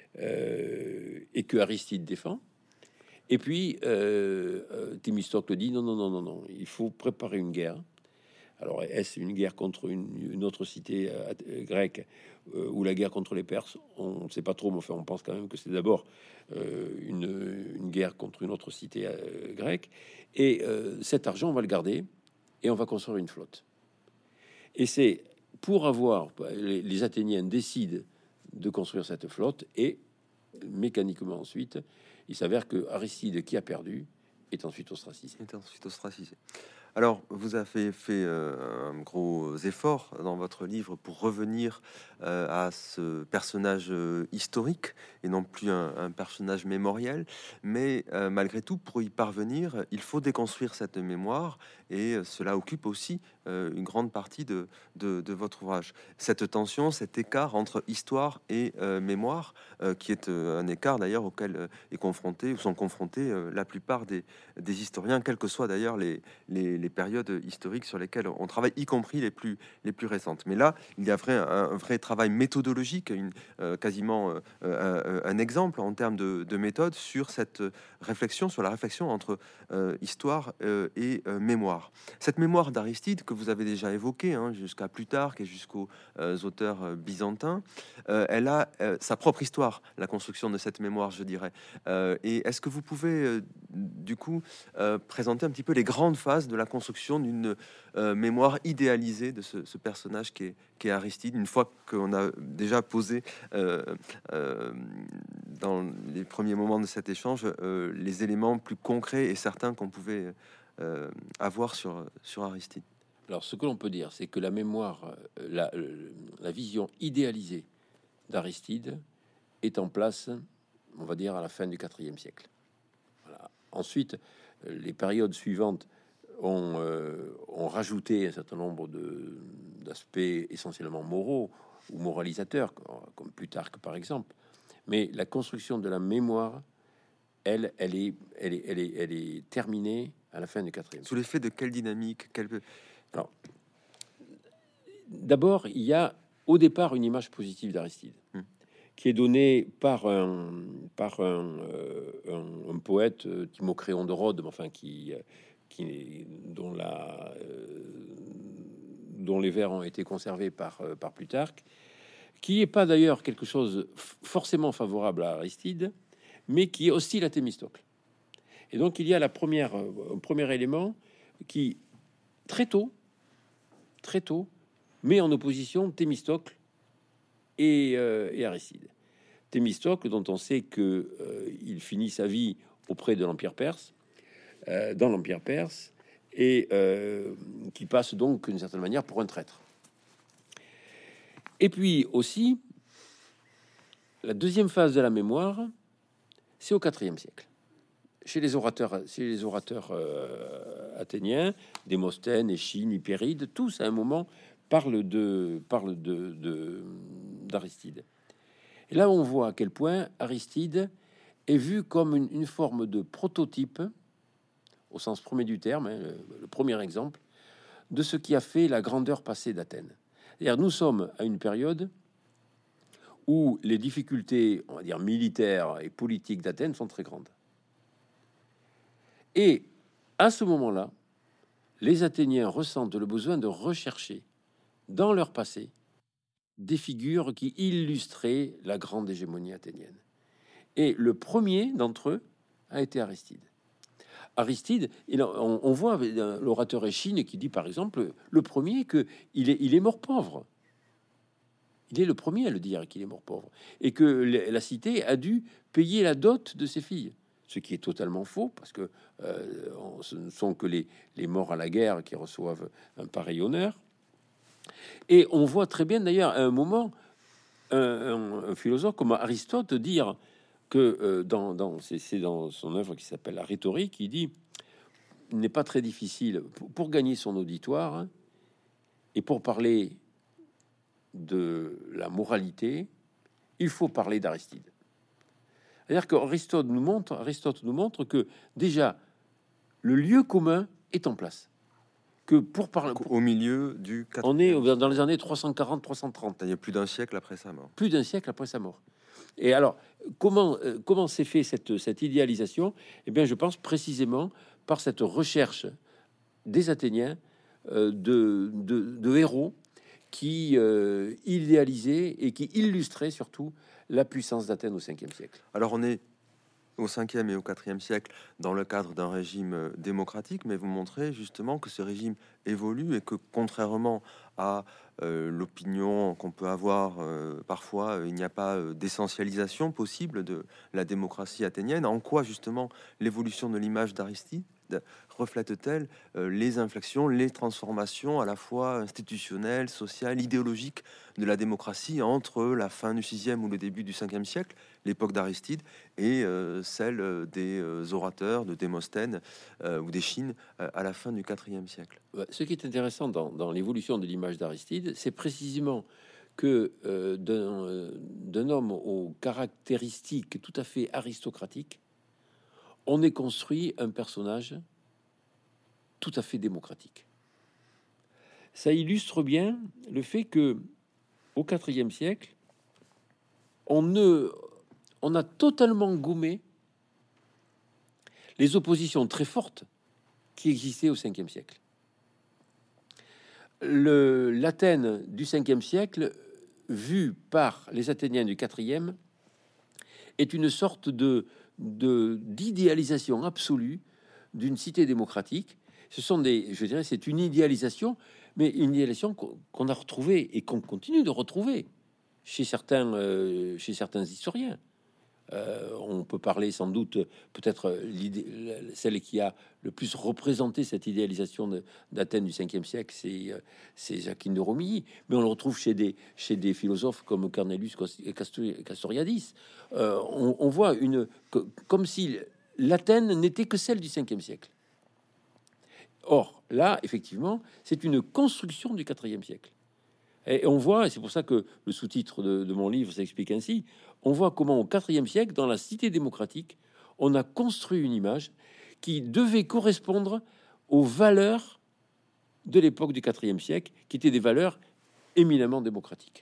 euh, et que Aristide défend. Et puis euh, euh, Thémistocle dit non non non non non, il faut préparer une guerre. Alors est-ce une guerre contre une, une autre cité euh, euh, grecque euh, ou la guerre contre les Perses? On ne sait pas trop, mais enfin on pense quand même que c'est d'abord euh, une, une guerre contre une autre cité euh, grecque. Et euh, cet argent on va le garder et on va construire une flotte. Et c'est pour avoir les, les Athéniens décident de construire cette flotte et mécaniquement ensuite, il s'avère que Aristide, qui a perdu, est ensuite ostracisé. Est ensuite ostracisé. Alors, vous avez fait euh, un gros effort dans votre livre pour revenir euh, à ce personnage euh, historique et non plus un, un personnage mémoriel. Mais euh, malgré tout, pour y parvenir, il faut déconstruire cette mémoire et euh, cela occupe aussi euh, une grande partie de, de, de votre ouvrage. Cette tension, cet écart entre histoire et euh, mémoire, euh, qui est euh, un écart d'ailleurs auquel euh, est confronté ou sont confrontés euh, la plupart des, des historiens, quelles que soient d'ailleurs les, les, les périodes historiques sur lesquelles on travaille, y compris les plus, les plus récentes. Mais là, il y a vrai, un, un vrai travail méthodologique, une, euh, quasiment euh, euh, un exemple en termes de, de méthode sur cette réflexion, sur la réflexion entre euh, histoire euh, et euh, mémoire. Cette mémoire d'Aristide que vous avez déjà évoquée, hein, jusqu'à Plutarque et jusqu'aux euh, auteurs euh, byzantins, euh, elle a euh, sa propre histoire, la construction de cette mémoire, je dirais. Euh, et est-ce que vous pouvez, euh, du coup, euh, présenter un petit peu les grandes phases de la construction d'une euh, mémoire idéalisée de ce, ce personnage qui est, qui est Aristide, une fois qu'on a déjà posé euh, euh, dans les premiers moments de cet échange euh, les éléments plus concrets et certains qu'on pouvait euh, avoir sur, sur Aristide. Alors, ce que l'on peut dire, c'est que la mémoire, euh, la, la vision idéalisée d'Aristide est en place, on va dire, à la fin du quatrième siècle. Voilà. Ensuite, les périodes suivantes ont, euh, ont rajouté un certain nombre de, d'aspects essentiellement moraux ou moralisateurs, comme Plutarque par exemple. Mais la construction de la mémoire, elle, elle est, elle est, elle est, elle est terminée à la fin du quatrième. Sous l'effet de quelle dynamique, quelle... Alors, d'abord, il y a au départ une image positive d'Aristide, hum. qui est donnée par un, par un, euh, un, un poète, euh, Timocréon de Rhodes, enfin qui, qui dont la, euh, dont les vers ont été conservés par euh, par Plutarque, qui est pas d'ailleurs quelque chose forcément favorable à Aristide, mais qui est hostile à Thémistocle. Et donc il y a la première, un premier élément qui très tôt, très tôt, met en opposition Thémistocle et, euh, et Aristide. Thémistocle, dont on sait que euh, il finit sa vie auprès de l'Empire perse, euh, dans l'Empire perse, et euh, qui passe donc d'une certaine manière pour un traître. Et puis aussi, la deuxième phase de la mémoire, c'est au quatrième siècle. Chez les orateurs, chez les orateurs euh, athéniens, Démosthène, Échine, Hypéride, tous à un moment parlent de parlent de, de d'Aristide. Et là, on voit à quel point Aristide est vu comme une, une forme de prototype, au sens premier du terme, hein, le, le premier exemple, de ce qui a fait la grandeur passée d'Athènes. C'est-à-dire, nous sommes à une période où les difficultés, on va dire, militaires et politiques d'Athènes sont très grandes. Et à ce moment-là, les Athéniens ressentent le besoin de rechercher dans leur passé des figures qui illustraient la grande hégémonie athénienne. Et le premier d'entre eux a été Aristide. Aristide, il, on, on voit l'orateur Échine qui dit par exemple le premier que il est, il est mort pauvre. Il est le premier à le dire qu'il est mort pauvre et que la cité a dû payer la dot de ses filles. Ce qui est totalement faux, parce que euh, ce ne sont que les, les morts à la guerre qui reçoivent un pareil honneur. Et on voit très bien d'ailleurs à un moment un, un, un philosophe comme Aristote dire que euh, dans, dans c'est dans son œuvre qui s'appelle La rhétorique, il dit il n'est pas très difficile pour, pour gagner son auditoire hein, et pour parler de la moralité, il faut parler d'Aristide. C'est-à-dire qu'Aristote nous montre, Aristote nous montre que déjà le lieu commun est en place. Que pour parler, pour, au milieu du, on est dans les années trois cent quarante trois cent trente. Il y a plus d'un siècle après sa mort. Plus d'un siècle après sa mort. Et alors, comment euh, comment s'est fait cette cette idéalisation? Eh bien, je pense précisément par cette recherche des Athéniens euh, de, de de héros qui euh, idéalisaient et qui illustraient surtout la puissance d'Athènes au cinquième siècle. Alors on est au cinquième et au quatrième siècle dans le cadre d'un régime euh, démocratique, mais vous montrez justement que ce régime évolue et que contrairement à euh, l'opinion qu'on peut avoir euh, parfois, euh, il n'y a pas euh, d'essentialisation possible de la démocratie athénienne. En quoi justement l'évolution de l'image d'Aristide reflète-t-elle euh, les inflexions, les transformations à la fois institutionnelles, sociales, idéologiques de la démocratie entre la fin du sixième ou le début du cinquième siècle, l'époque d'Aristide, et euh, celle euh, des euh, orateurs de Démosthène euh, ou d'Échine euh, à la fin du quatrième siècle. Ce qui est intéressant dans, dans l'évolution de l'image d'Aristide, c'est précisément que euh, d'un, euh, d'un homme aux caractéristiques tout à fait aristocratiques, on est construit un personnage tout à fait démocratique. Ça illustre bien le fait que au quatrième siècle, on ne, on a totalement gommé les oppositions très fortes qui existaient au cinquième siècle. Le l'Athènes du cinquième siècle, vue par les Athéniens du quatrième, est une sorte de de d'idéalisation absolue d'une cité démocratique. Ce sont des, je dirais, c'est une idéalisation, mais une idéalisation qu'on qu'on a retrouvée et qu'on continue de retrouver chez certains, euh, chez certains historiens. Euh, on peut parler sans doute, peut-être l'idée, celle qui a le plus représenté cette idéalisation de- d'Athènes du cinquième siècle, c'est euh, c'est Jacquine de Romilly, mais on le retrouve chez des, chez des philosophes comme Cornelius Castor- Castoriadis. Euh, on, on voit une, que- comme si l'Athènes n'était que celle du cinquième siècle. Or, là, effectivement, c'est une construction du quatrième siècle. Et on voit, et c'est pour ça que le sous-titre de, de mon livre s'explique ainsi, on voit comment au quatrième siècle, dans la cité démocratique, on a construit une image qui devait correspondre aux valeurs de l'époque du quatrième siècle, qui étaient des valeurs éminemment démocratiques.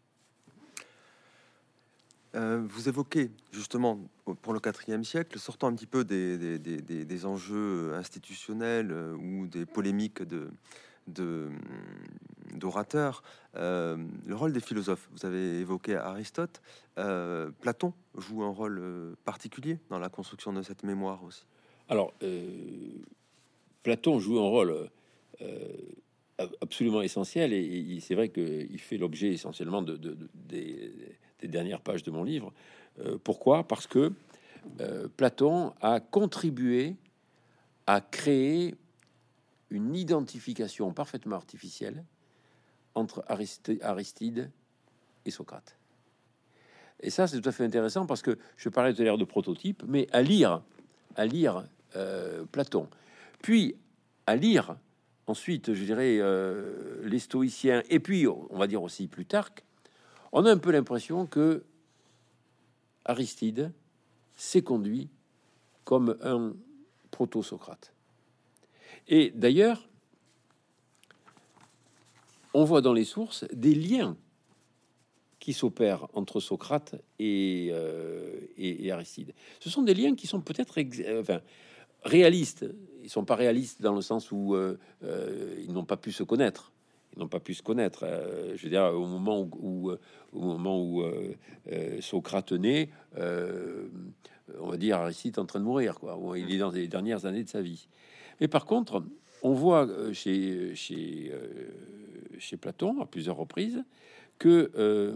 Euh, vous évoquez justement pour le quatrième siècle, sortant un petit peu des, des, des- des- des enjeux institutionnels euh, ou des polémiques de, de, d'orateurs, euh, le rôle des philosophes. Vous avez évoqué Aristote. Euh, Platon joue un rôle euh, particulier dans la construction de cette mémoire aussi. Alors, euh, Platon joue un rôle euh, absolument essentiel, et, et c'est vrai qu'il fait l'objet essentiellement de, de- de- des, des dernières pages de mon livre. Euh, pourquoi? Parce que euh, Platon a contribué à créer une identification parfaitement artificielle entre Arist- Aristide et Socrate. Et ça, c'est tout à fait intéressant parce que je parlais tout à l'heure de prototype, mais à lire, à lire euh, Platon, puis à lire ensuite, je dirais, euh, les stoïciens, et puis on va dire aussi Plutarque, on a un peu l'impression que Aristide s'est conduit comme un proto-Socrate. Et d'ailleurs, on voit dans les sources des liens qui s'opèrent entre Socrate et, euh, et, et Aristide. Ce sont des liens qui sont peut-être ex- euh, enfin, réalistes. Ils sont pas réalistes dans le sens où euh, euh, ils n'ont pas pu se connaître. Ils n'ont pas pu se connaître. Euh, je veux dire, au moment où, où, euh, au moment où euh, euh, Socrate naît, euh, on va dire Aristide est en train de mourir, quoi. Où il est dans les dernières années de sa vie. Mais par contre, on voit euh, chez chez euh, chez Platon à plusieurs reprises que euh,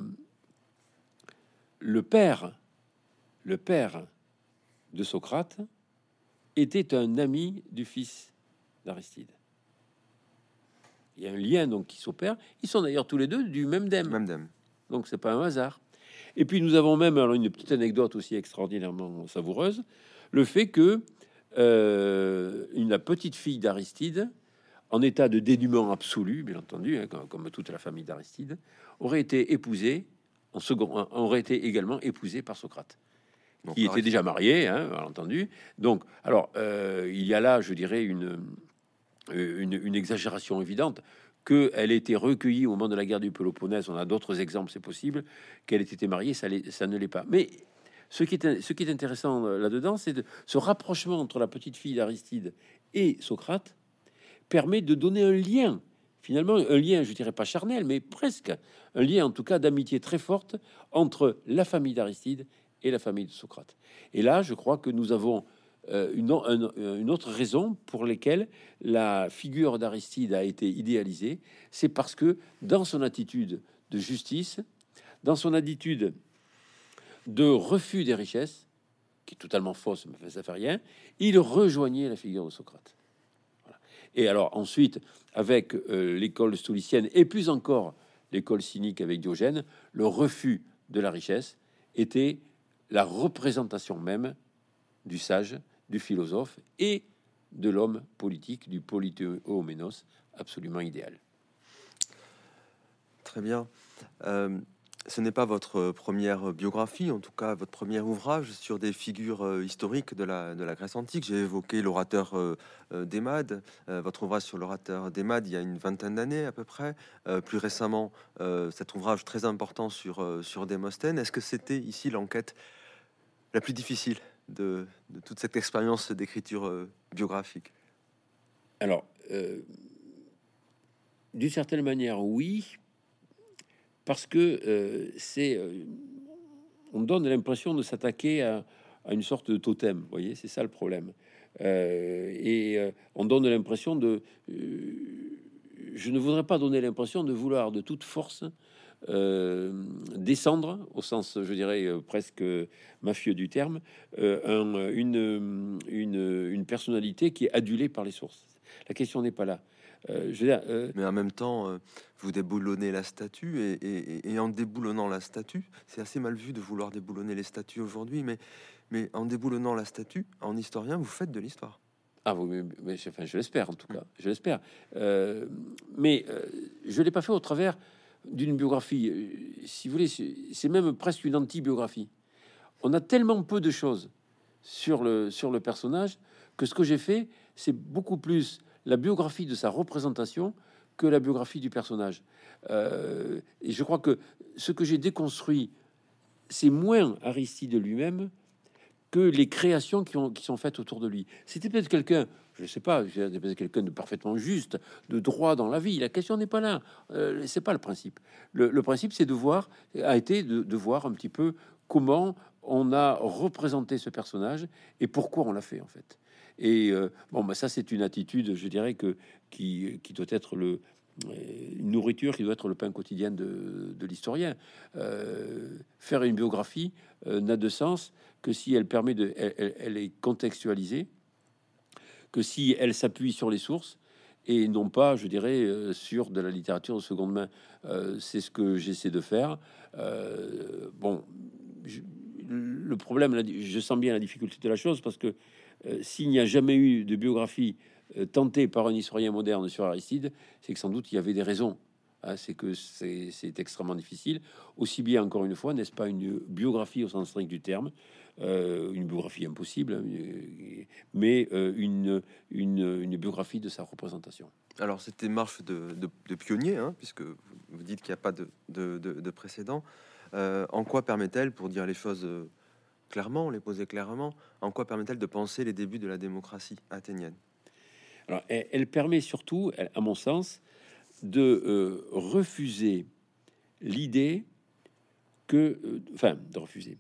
le père, le père de Socrate était un ami du fils d'Aristide. Il y a un lien donc qui s'opère. Ils sont d'ailleurs tous les deux du même dème. Même dame. Donc c'est pas un hasard. Et puis nous avons même alors une petite anecdote aussi extraordinairement savoureuse, le fait que euh, une la petite fille d'Aristide, en état de dénuement absolu, bien entendu, hein, comme, comme toute la famille d'Aristide, aurait été épousée en second, aurait été également épousée par Socrate, Donc, qui était Aristide- déjà marié, hein, bien entendu. Donc, alors euh, il y a là, je dirais, une une, une exagération évidente. Que elle ait été recueillie au moment de la guerre du Péloponnèse, on a d'autres exemples, c'est possible. Qu'elle ait été mariée, ça, l'est- ça ne l'est pas. Mais ce qui est, ce qui est intéressant euh, là-dedans, c'est de, ce rapprochement entre la petite fille d'Aristide et Socrate permet de donner un lien, finalement un lien, je dirais pas charnel, mais presque un lien en tout cas d'amitié très forte entre la famille d'Aristide et la famille de Socrate. Et là, je crois que nous avons euh, une, un, une autre raison pour laquelle la figure d'Aristide a été idéalisée, c'est parce que dans son attitude de justice, dans son attitude de refus des richesses, qui est totalement fausse, mais ça fait rien, il rejoignait la figure de Socrate. Voilà. Et alors ensuite, avec euh, l'école stolicienne, et plus encore l'école cynique avec Diogène, le refus de la richesse était la représentation même du sage, du philosophe et de l'homme politique, du politeuoménos absolument idéal. Très bien. Euh, ce n'est pas votre première biographie, en tout cas votre premier ouvrage sur des figures euh, historiques de la, de la Grèce antique. J'ai évoqué l'orateur euh, euh, Démade, euh, votre ouvrage sur l'orateur Démade il y a une vingtaine d'années à peu près. Euh, plus récemment, euh, cet ouvrage très important sur, euh, sur Démosthène. Est-ce que c'était ici l'enquête la plus difficile de, de toute cette expérience d'écriture euh, biographique? Alors, euh, d'une certaine manière, oui, parce que euh, c'est, euh, on donne l'impression de s'attaquer à, à une sorte de totem. Vous voyez, c'est ça le problème. Euh, et euh, on donne l'impression de. Euh, je ne voudrais pas donner l'impression de vouloir de toute force euh, descendre, au sens, je dirais, euh, presque mafieux du terme, euh, un, une, une, une personnalité qui est adulée par les sources. La question n'est pas là. Euh, je veux dire, euh, Mais en même temps, euh, vous déboulonnez la statue, et, et- et en déboulonnant la statue, c'est assez mal vu de vouloir déboulonner les statues aujourd'hui, mais, mais en déboulonnant la statue, en historien, vous faites de l'histoire. ah oui, mais, mais je- enfin, je l'espère en tout cas, je l'espère. Euh, mais euh, je l'ai pas fait au travers d'une biographie. Euh, Si vous voulez, c'est c'est même presque une anti-biographie. On a tellement peu de choses sur le, sur le personnage que ce que j'ai fait, c'est beaucoup plus la biographie de sa représentation que la biographie du personnage. Euh, et je crois que ce que j'ai déconstruit, c'est moins Aristide lui-même que les créations qui, ont, qui sont faites autour de lui. C'était peut-être quelqu'un, je ne sais pas, peut-être quelqu'un de parfaitement juste, de droit dans la vie. La question n'est pas là. Euh, c'est pas le principe. Le, le principe, c'est de voir, a été de, de voir un petit peu comment on a représenté ce personnage et pourquoi on l'a fait en fait. Et euh, bon, bah, ça c'est une attitude, je dirais que qui, qui doit être le une nourriture qui doit être le pain quotidien de, de l'historien. Euh, faire une biographie euh, n'a de sens que si elle permet de, elle, elle- elle est contextualisée, que si elle s'appuie sur les sources et non pas, je dirais, euh, sur de la littérature de seconde main. Euh, c'est ce que j'essaie de faire. Euh, bon, je- le problème, là, je sens bien la difficulté de la chose parce que euh, s'il n'y a jamais eu de biographie euh, tentée par un historien moderne sur Aristide, c'est que sans doute il y avait des raisons. Hein, c'est que c'est c'est extrêmement difficile. Aussi bien, encore une fois, n'est-ce pas, une biographie au sens strict du terme, euh, une biographie impossible, hein, euh, mais euh, une, une, une biographie de sa représentation. Alors, cette démarche de, de, de pionnier, hein, puisque vous vous dites qu'il n'y a pas de, de, de- de précédent, euh, en quoi permet-elle, pour dire les choses euh, clairement, les poser clairement, en quoi permet-elle de penser les débuts de la démocratie athénienne? Alors, elle, elle permet surtout, elle- à mon sens, de euh, refuser l'idée que, euh, enfin, de refuser,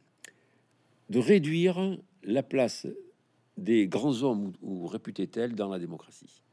de réduire la place des grands hommes ou, ou réputés tels dans la démocratie.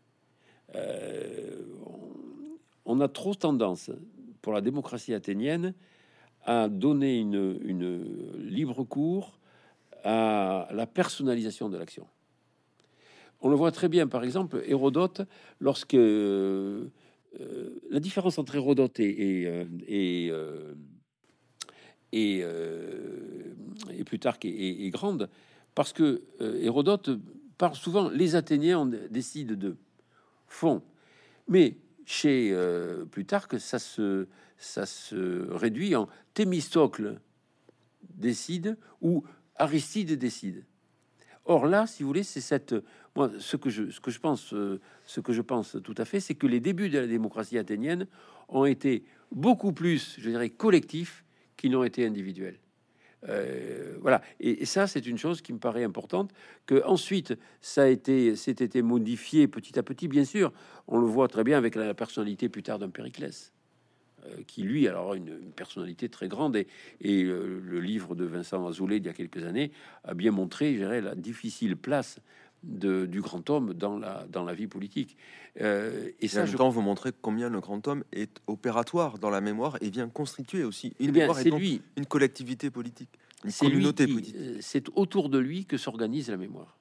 Euh, on, on a trop tendance, pour la démocratie athénienne, à donner une, une libre cours à la personnalisation de l'action. On le voit très bien, par exemple, Hérodote, lorsque euh, euh, la différence entre Hérodote et, et, euh, et, euh, et, euh, et Plutarque est, est- est grande, parce que euh, Hérodote parle souvent, les Athéniens décident de, font, mais chez euh, Plutarque, ça se, ça se réduit en Thémistocle décide ou Aristide décide. Or là, si vous voulez, c'est cette moi ce que je ce que je pense euh, ce que je pense tout à fait, c'est que les débuts de la démocratie athénienne ont été beaucoup plus, je dirais, collectifs qu'ils n'ont été individuels. Euh, voilà, et, et ça, c'est une chose qui me paraît importante. Que ensuite, ça a été, c'est été modifié petit à petit, bien sûr. On le voit très bien avec la personnalité plus tard d'un Périclès. euh, qui lui, alors, a une, une personnalité très grande. Et, et euh, le livre de Vincent Azoulay d'il y a quelques années a bien montré, je dirais, la difficile place de, du grand homme dans la, dans la vie politique. Euh, et Et ça, en même je temps, vous montrez combien le grand homme est opératoire dans la mémoire et vient constituer aussi une Eh bien, mémoire et c'est donc lui, une collectivité politique, une c'est lui communauté qui, politique. euh, c'est autour de lui que s'organise la mémoire.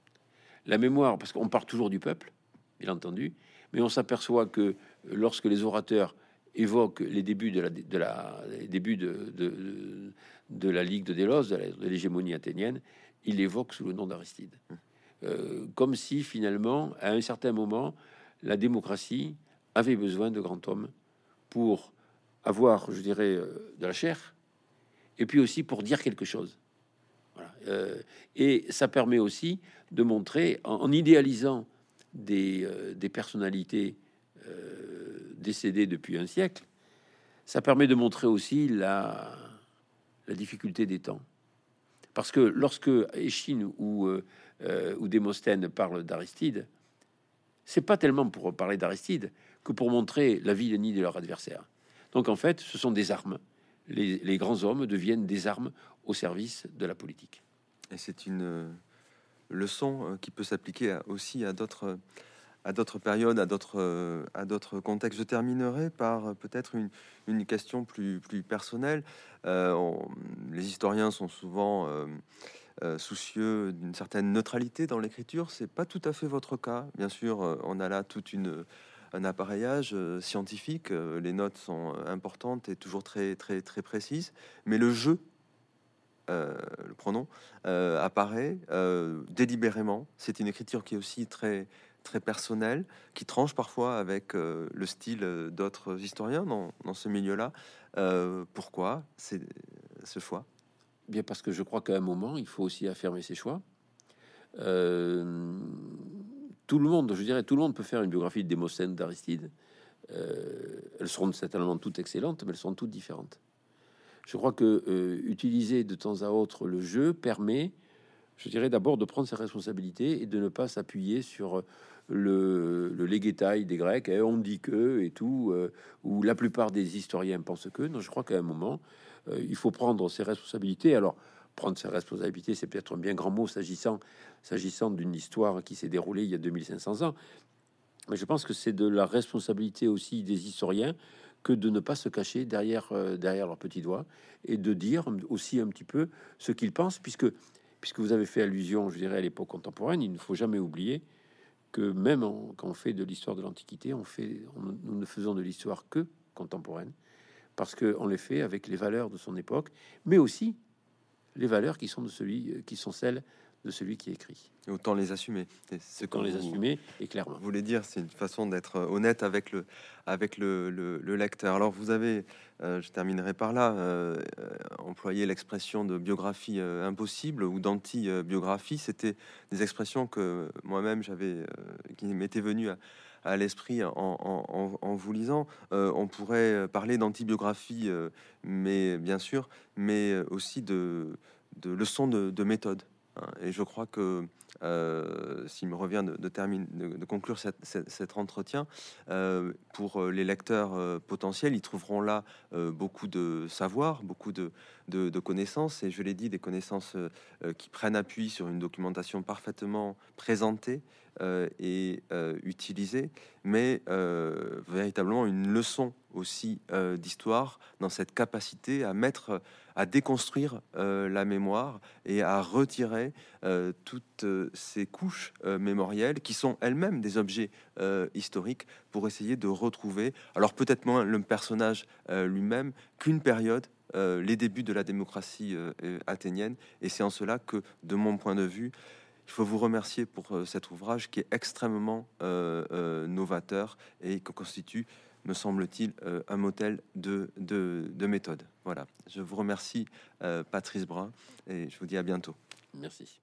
La mémoire, parce qu'on part toujours du peuple, bien entendu, mais on s'aperçoit que lorsque les orateurs évoquent les débuts de la, de la les débuts de, de, de la Ligue de Délos, de la- de l'hégémonie athénienne, ils l'évoquent sous le nom d'Aristide. Euh, comme si finalement, à un certain moment, la démocratie avait besoin de grands hommes pour avoir, je dirais, euh, de la chair, et puis aussi pour dire quelque chose. Voilà. Euh, et ça permet aussi de montrer, en, en idéalisant des, euh, des personnalités euh, décédées depuis un siècle, ça permet de montrer aussi la, la difficulté des temps. Parce que lorsque Échine ou, euh, euh, ou Démosthène parlent d'Aristide, c'est pas tellement pour parler d'Aristide que pour montrer la vilenie de leur adversaire. Donc en fait, ce sont des armes. Les, les grands hommes deviennent des armes au service de la politique. Et c'est une euh, leçon euh, qui peut s'appliquer à- aussi à d'autres à d'autres périodes, à d'autres euh, à d'autres contextes. Je terminerai par euh, peut-être une, une question plus plus personnelle. Euh, on- les historiens sont souvent euh, euh, soucieux d'une certaine neutralité dans l'écriture. C'est pas tout à fait votre cas. Bien sûr, euh, on a là toute une un appareillage euh, scientifique. Euh, les notes sont euh, importantes et toujours très très très précises. Mais le jeu, euh, le pronom, euh, apparaît euh, délibérément. C'est une écriture qui est aussi très très personnelle, qui tranche parfois avec euh, le style euh, d'autres historiens dans, dans ce milieu-là. Euh, pourquoi c'est ce choix? Bien parce que je crois qu'à un moment, il faut aussi affirmer ses choix. Euh, tout le monde, je dirais, tout le monde peut faire une biographie de Démosthène, d'Aristide. Euh, elles seront certainement toutes excellentes, mais elles sont toutes différentes. Je crois que euh, utiliser de temps à autre le jeu permet, je dirais, d'abord de prendre ses responsabilités et de ne pas s'appuyer sur le, le légétail des Grecs. Et on dit que et tout, euh, ou la plupart des historiens pensent que. Non, je crois qu'à un moment, euh, il faut prendre ses responsabilités. Alors, prendre ses responsabilités, c'est peut-être un bien grand mot s'agissant s'agissant d'une histoire qui s'est déroulée il y a deux mille cinq cents ans. Mais je pense que c'est de la responsabilité aussi des historiens que de ne pas se cacher derrière, euh, derrière leurs petits doigts et de dire aussi un petit peu ce qu'ils pensent, puisque, puisque vous avez fait allusion, je dirais, à l'époque contemporaine, il ne faut jamais oublier que même en- quand on fait de l'histoire de l'Antiquité, on fait, on- nous ne faisons de l'histoire que contemporaine, parce qu'on les fait avec les valeurs de son époque, mais aussi les valeurs qui sont, de celui, qui sont celles de celui qui écrit. Et autant les assumer. C'est ce que Quand les vous assumer, et clairement. voulez dire. C'est une façon d'être honnête avec le, avec le, le- le lecteur. Alors vous avez, euh, je terminerai par là, euh, euh, employé l'expression de biographie euh, impossible ou d'anti-biographie. C'était des expressions que moi-même j'avais, euh, qui m'étaient venues à, à l'esprit en, en- en- en vous lisant. Euh, on pourrait parler d'antibiographie, euh, mais bien sûr, mais aussi de, de leçons de, de méthode. Hein. Et je crois que euh, s'il me revient de, de, termine, de, de conclure cette, cette- cet entretien, euh, pour euh, les lecteurs euh, potentiels, ils trouveront là euh, beaucoup de savoir, beaucoup de, de, de connaissances, et je l'ai dit, des connaissances euh, euh, qui prennent appui sur une documentation parfaitement présentée euh, et euh, utilisée, mais euh, véritablement une leçon aussi euh, d'histoire dans cette capacité à mettre, à déconstruire euh, la mémoire et à retirer euh, toutes euh, ces couches euh, mémorielles qui sont elles-mêmes des objets euh, historiques pour essayer de retrouver, alors peut-être moins le personnage euh, lui-même qu'une période, euh, les débuts de la démocratie euh, euh, athénienne. Et c'est en cela que, de mon point de vue, il faut vous remercier pour euh, cet ouvrage qui est extrêmement euh, euh, novateur et qui constitue, me semble-t-il, euh, un modèle de, de, de méthode. Voilà, je vous remercie, euh, Patrice Brun, et je vous dis à bientôt. Merci.